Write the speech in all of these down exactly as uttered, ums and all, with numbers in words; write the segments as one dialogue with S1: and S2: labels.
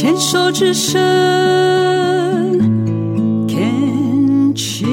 S1: 牵手之声 Can Cheers。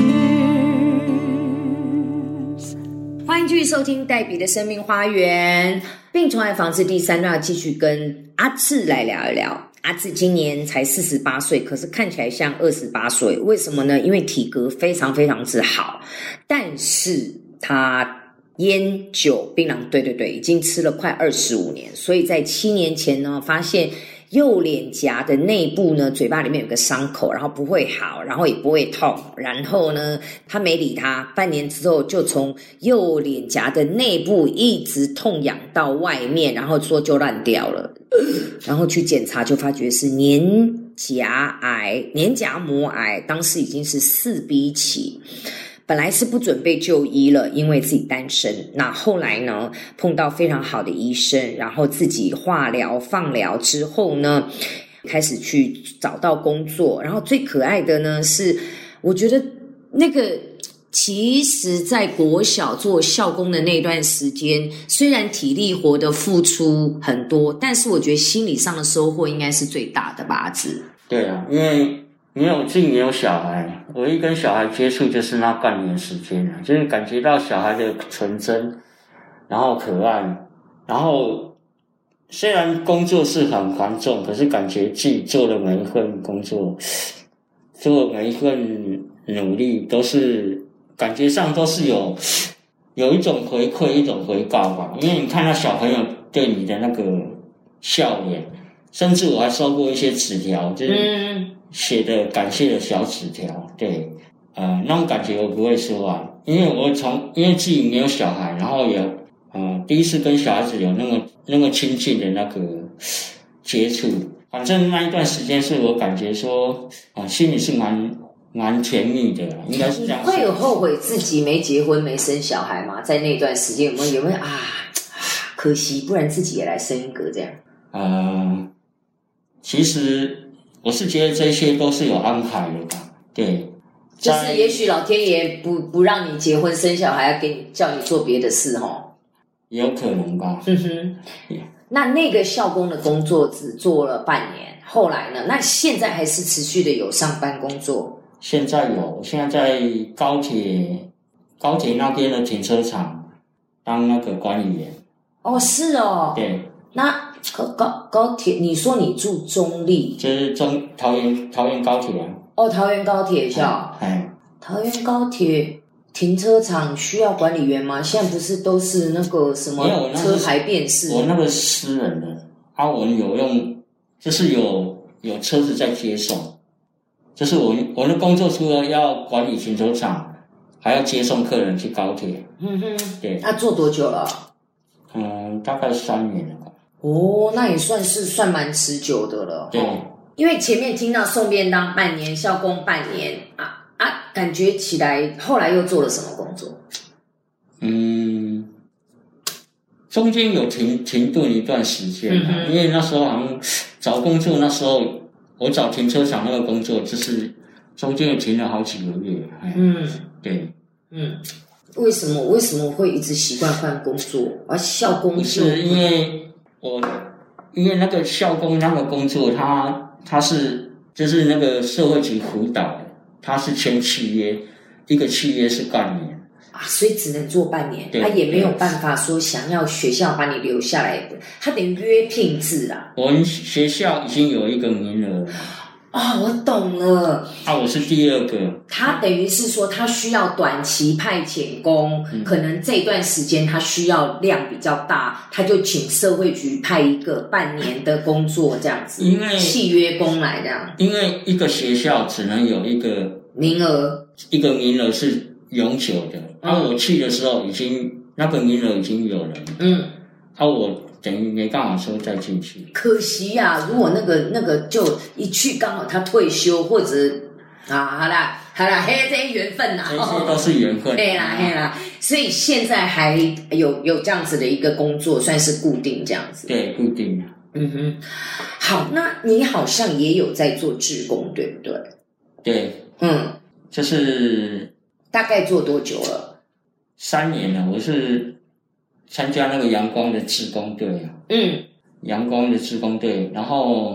S2: 欢迎继续收听黛比的生命花园病虫害防治第三段，继续跟阿志来聊一聊。阿志今年才四十八岁，可是看起来像二十八岁，为什么呢？因为体格非常非常之好，但是他烟酒槟榔，对对对，已经吃了快二十五年，所以在七年前呢，发现右脸颊的内部呢，嘴巴里面有个伤口，然后不会好，然后也不会痛，然后呢，他没理他，半年之后就从右脸颊的内部一直痛痒到外面，然后说就烂掉了，然后去检查就发觉是黏颊癌、黏颊膜癌，当时已经是四 B 期。本来是不准备就医了，因为自己单身。那后来呢，碰到非常好的医生，然后自己化疗、放疗之后呢，开始去找到工作。然后最可爱的呢是，我觉得那个其实在国小做校工的那段时间，虽然体力活的付出很多，但是我觉得心理上的收获应该是最大的吧，阿志。
S3: 对啊，因为没有自己没有小孩，我一跟小孩接触就是那半年时间啊，就是感觉到小孩的纯真，然后可爱，然后虽然工作是很繁重，可是感觉自己做的每一份工作，做每一份努力都是感觉上都是有有一种回馈，一种回报吧。因为你看到小朋友对你的那个笑脸，甚至我还收过一些纸条，就是写的感谢的小纸条，对，呃，那种感觉我不会说啊，因为我从因为自己没有小孩，然后也呃第一次跟小孩子有那么那么亲近的那个接触，反正那一段时间是我感觉说啊、呃，心里是蛮蛮甜蜜的，应该是这样。
S2: 你会有后悔自己没结婚没生小孩吗？在那段时间有没有有没有啊？可惜，不然自己也来生一个这样。
S3: 呃，其实。我是觉得这些都是有安排的吧，对，
S2: 就是也许老天爷不不让你结婚生小孩，要给你叫你做别的事齁，
S3: 也有可能吧。
S2: 嗯哼，那那个校工的工作只做了半年，后来呢？那现在还是持续的有上班工作？
S3: 现在有，现在在高铁高铁那边的停车场当那个管理员。
S2: 哦，是哦，
S3: 对，
S2: 那。高高高铁，你说你住中立，
S3: 就是中桃园桃园高铁啊。
S2: 哦，桃园高铁校，
S3: 哎，
S2: 桃园高铁停车场需要管理员吗？现在不是都是那个什么车牌辨识？
S3: 我那个私人的，啊，我有用，就是有有车子在接送，就是我我的工作除了要管理停车场，还要接送客人去高铁。
S2: 嗯哼，
S3: 对。
S2: 那、啊、做多久了？
S3: 嗯，大概三年了吧。
S2: 哦，那也算是算蛮持久的了。
S3: 对，
S2: 因为前面听到送便当半年，校工半年啊啊，感觉起来后来又做了什么工作？
S3: 嗯，中间有停停顿一段时间啊、嗯，因为那时候好像找工作，那时候我找停车场那个工作，就是中间有停了好几个月。嗯，对，
S2: 嗯，为什么为什么会一直习惯换工作？而校工
S3: 不是因为。我因为那个校工那个工作，他他是就是那个社会局辅导的，他是签契约，一个契约是半年
S2: 啊，所以只能做半年，他也没有办法说想要学校把你留下来的，他等于约聘制啊。
S3: 我们学校已经有一个名额了。
S2: 哦，我懂了。
S3: 啊，我是第二个。
S2: 他等于是说，他需要短期派遣工、嗯，可能这段时间他需要量比较大，他就请社会局派一个半年的工作这样子，
S3: 因为
S2: 契约工来这样。
S3: 因为一个学校只能有一个
S2: 名额，
S3: 一个名额是永久的。嗯、啊，我去的时候已经那个名额已经有了。嗯，啊，我。等于没办法说再进去，
S2: 可惜呀、啊！如果那个那个就一去刚好他退休或者啊，好啦好啦，嘿，这些缘分呐、啊，
S3: 这些都是缘分。
S2: 嘿啦嘿啦，所以现在还有有这样子的一个工作，算是固定这样子。
S3: 对，固定的。
S2: 嗯哼，好，那你好像也有在做志工，对不对？
S3: 对，
S2: 嗯，
S3: 就是
S2: 大概做多久了？
S3: 三年了，我是。参加那个阳光的志工队啊，嗯，阳光的志工队，然后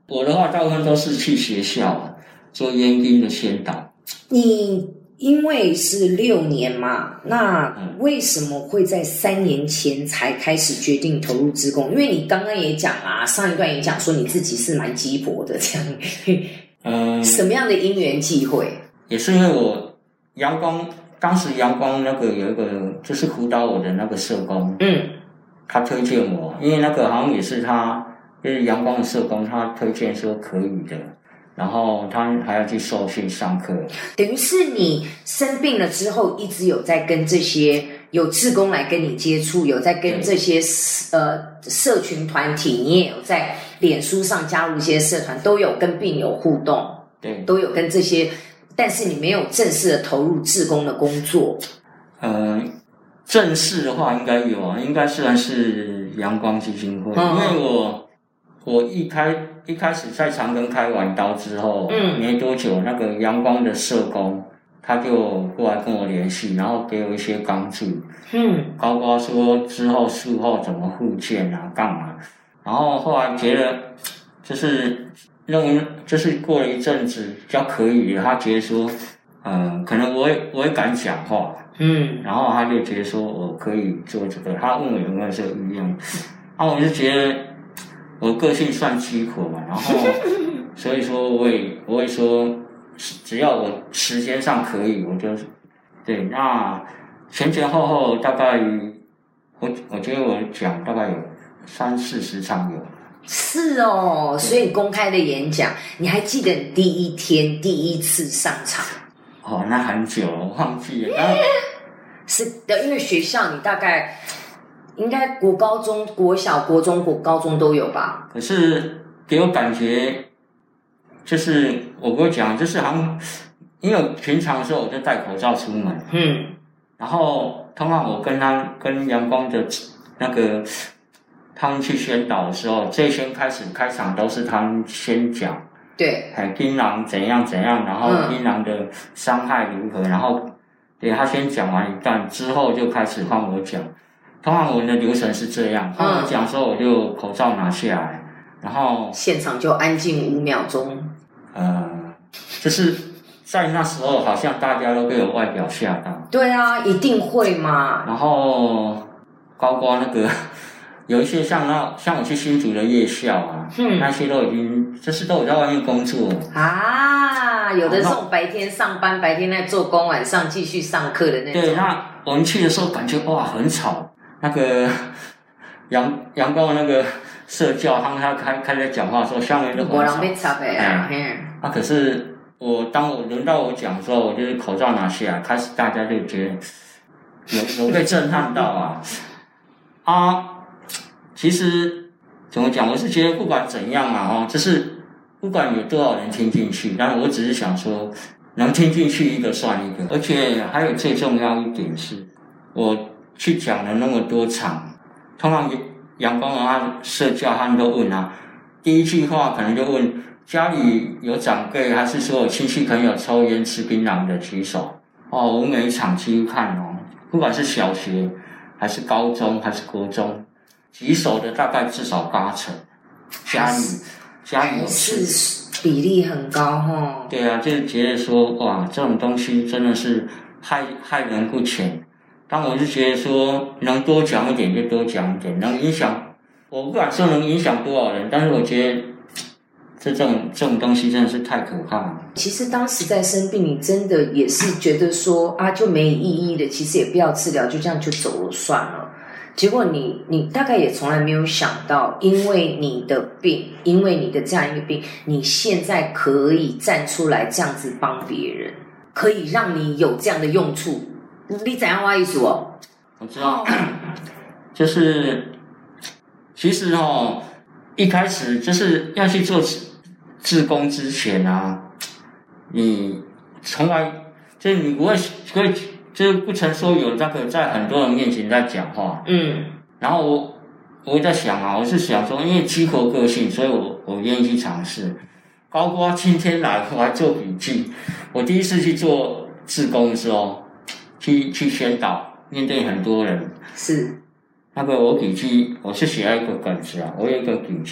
S3: 我的话大部分都是去学校做烟莺的宣导。
S2: 你因为是六年嘛，那为什么会在三年前才开始决定投入志工？因为你刚刚也讲啦，上一段也讲说你自己是蛮鸡婆的这样。嗯，什么样的因缘际会？
S3: 也是因为我阳光，当时阳光那个有一个就是辅导我的那个社工，嗯，他推荐我，因为那个好像也是他，就是阳光的社工，他推荐说可以的。然后他还要去受训上课，
S2: 等于是你生病了之后，一直有在跟这些有志工来跟你接触，有在跟这些呃社群团体，你也有在脸书上加入一些社团，都有跟病友互动，
S3: 对，
S2: 都有跟这些，但是你没有正式的投入志工的工作。
S3: 呃，正式的话应该有啊，应该算是阳光基金会，嗯、因为我我一开。一开始在长庚开完刀之后，嗯，没多久，那个阳光的社工他就过来跟我联系，然后给我一些帮助，嗯，包括说之后术后怎么复健啊，干嘛，然后后来觉得就是认为就是过了一阵子比较可以了，他觉得说，呃，可能我也我也敢讲话，嗯，然后他就觉得说我可以做这个，他问我有没有这个意愿，啊，我就觉得。我个性算鸡婆嘛，然后所以说我也我会说，只要我时间上可以，我就对。那前前后后大概我我觉得我讲大概有三四十场有。
S2: 是哦，所以公开的演讲，你还记得你第一天第一次上场？
S3: 哦，那很久了，我忘记了。那
S2: 是的，因为学校你大概。应该国高中、国小、国中、国高中都有吧？
S3: 可是给我感觉，就是我跟我讲，就是好像，因为平常的时候我就戴口罩出门，嗯，然后通常我跟他跟阳光的那个他们去宣导的时候，最先开始开场都是他们先讲，
S2: 对，
S3: 哎，槟榔怎样怎样，然后槟榔的伤害如何，嗯、然后对他先讲完一段之后，就开始换我讲。通常我们的流程是这样，换我讲的时候，我就口罩拿下来，然后
S2: 现场就安静五秒钟。
S3: 呃，就是在那时候，好像大家都被我外表吓到。
S2: 对啊，一定会嘛。
S3: 然后包括那个有一些像那像我去新竹的夜校啊，嗯、那些都已经就是都有在外面工作
S2: 啊。有的这种白天上班，白天在做工，晚上继续上课的那种。
S3: 对，那我们去的时候感觉哇很吵。那个阳阳光的那个社教，他们他开开始讲话的时候，下面都很吵。
S2: 没人被插的啊！
S3: 啊，可是我当我轮到我讲的时候，我就是口罩拿下来，开始大家就觉得有有被震撼到啊啊！其实怎么讲，我是觉得不管怎样啊，哦，就是不管有多少人听进去，但是我只是想说，能听进去一个算一个，而且还有最重要一点是，我。去讲了那么多场，通常阳光啊社教他们都问啊，第一句话可能就问家里有长辈还是说有亲戚朋友抽烟吃槟榔的举手。哦，我每一场几乎看哦，不管是小学还是高中还是国中，举手的大概至少八成，家里家里有吃，
S2: 比例很高哦。
S3: 对啊，就觉得说哇，这种东西真的是害害人不浅。但我是觉得说，能多讲一点就多讲一点，能影响，我不敢说能影响多少人，但是我觉得这种这种东西真的是太可怕了。
S2: 其实当时在生病，你真的也是觉得说啊，就没意义的，其实也不要治疗，就这样就走了算了。结果你你大概也从来没有想到，因为你的病，因为你的这样一个病，你现在可以站出来这样子帮别人，可以让你有这样的用处。你怎样挖意思哦？
S3: 我知道，就是其实哦，一开始就是要去做志工之前啊，你从来就是你不会不会就是不曾说有那个在很多人面前在讲话，嗯，然后我我在想啊，我是想说，因为鸡婆个性，所以我我愿意去尝试。包括今天来我还做笔记，我第一次去做志工的时候。去去宣导，面对很多人，
S2: 是
S3: 那个我笔记，我是写了一个本子啊，我有一个笔记本，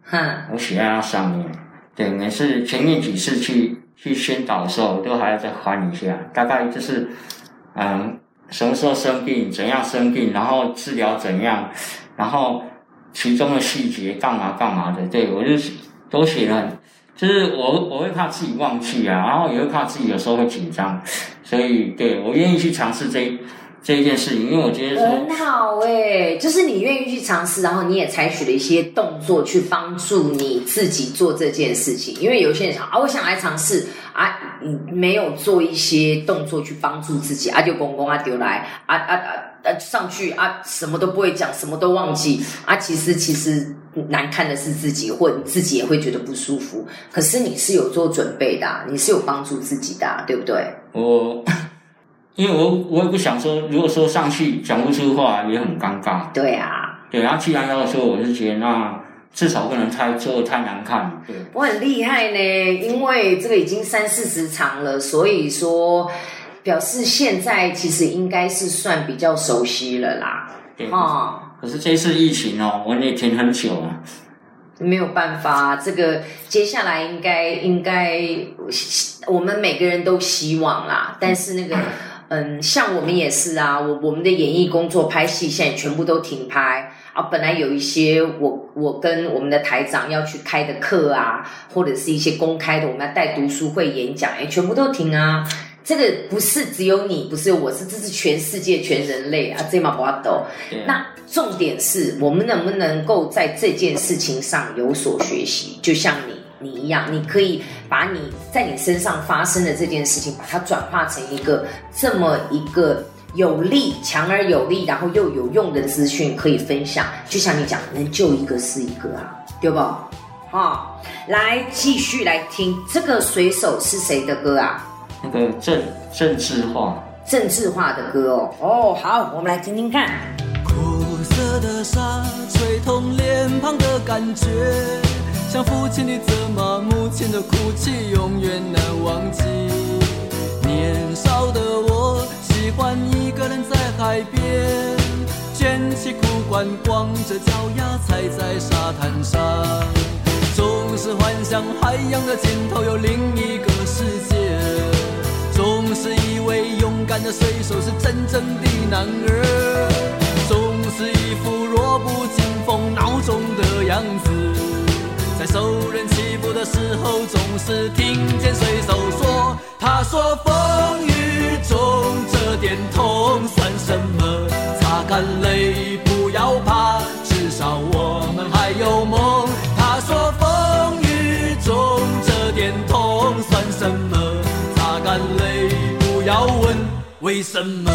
S3: 我写在那上面。对，每次前面几次去去宣导的时候，我都还要再翻一下，大概就是嗯什么时候生病，怎样生病，然后治疗怎样，然后其中的细节干嘛干嘛的。对，我就都写了，就是我我会怕自己忘记啊，然后也会怕自己有时候会紧张，所以对我愿意去尝试这一这一件事情，因为我觉得说
S2: 很好哎，就是你愿意去尝试，然后你也采取了一些动作去帮助你自己做这件事情。因为有些人想啊，我想来尝试啊，没有做一些动作去帮助自己啊，就公公啊丢来啊啊啊啊上去啊，什么都不会讲，什么都忘记啊，其实其实难看的是自己，或你自己也会觉得不舒服。可是你是有做准备的啊，你是有帮助自己的啊，对不对？
S3: 我。因为我我也不想说，如果说上去讲不出话也很尴尬。
S2: 对啊，
S3: 对，然后既然要说，我就觉得那至少不能太做太难看。对，
S2: 我很厉害呢，因为这个已经三四十场了，所以说表示现在其实应该是算比较熟悉了啦。
S3: 对，哦，可是这次疫情哦，我也停很久了。
S2: 没有办法，这个接下来应该应该我们每个人都希望啦，但是那个。嗯，像我们也是啊，我我们的演艺工作拍戏现在全部都停拍啊。本来有一些我我跟我们的台长要去开的课啊，或者是一些公开的，我们要带读书会演讲，哎，全部都停啊。这个不是只有你，不是我，是这是全世界全人类啊，这嘛不要抖。那重点是我们能不能够在这件事情上有所学习，就像你。你一样，你可以把你在你身上发生的这件事情，把它转化成一个这么一个有力、强而有力，然后又有用的资讯可以分享。就像你讲，能救一个是一个啊，对不？啊、哦，来继续来听这个水手是谁的歌啊？
S3: 那个政政治化，
S2: 政治化的歌哦。哦，好，我们来听听看。
S1: 苦涩的沙吹痛脸庞的感觉。像父亲的责骂，母亲的哭泣，永远难忘记。年少的我，喜欢一个人在海边，卷起裤管，光着脚丫踩在沙滩上，总是幻想海洋的尽头有另一个世界，总是以为勇敢的水手是真正的男儿，总是一副弱不禁风孬种的样子。在受人欺负的时候，总是听见水手说，他说风雨中这点痛算什么，擦干泪不要怕，至少我们还有梦。他说风雨中这点痛算什么，擦干泪不要问为什么。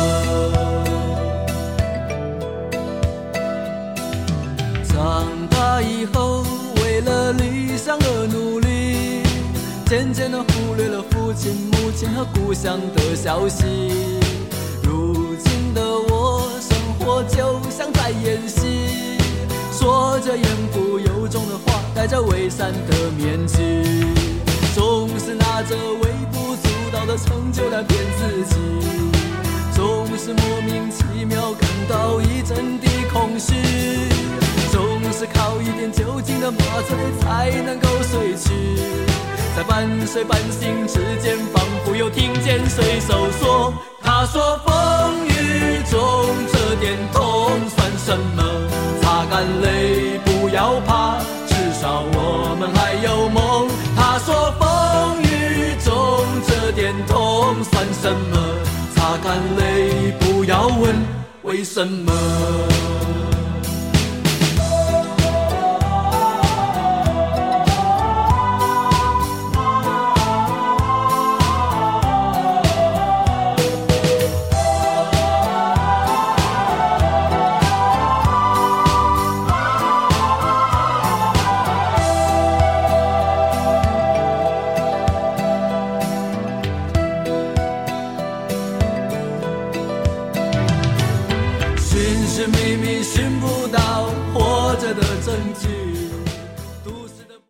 S1: 长大以后为了理想而努力，渐渐地忽略了父亲、母亲和故乡的消息。如今的我，生活就像在演戏，说着言不由衷的话，戴着伪善的面具，总是拿着微不足道的成就来骗自己，总是莫名其妙感到一阵的空虚，总是靠一点酒精的麻醉才能够睡去，在半睡半醒之间，仿佛又听见水手说，他说风雨中这点痛算什么，擦干泪不要怕，至少我们还有梦。他说风雨中这点痛算什么，擦干泪不要问为什么。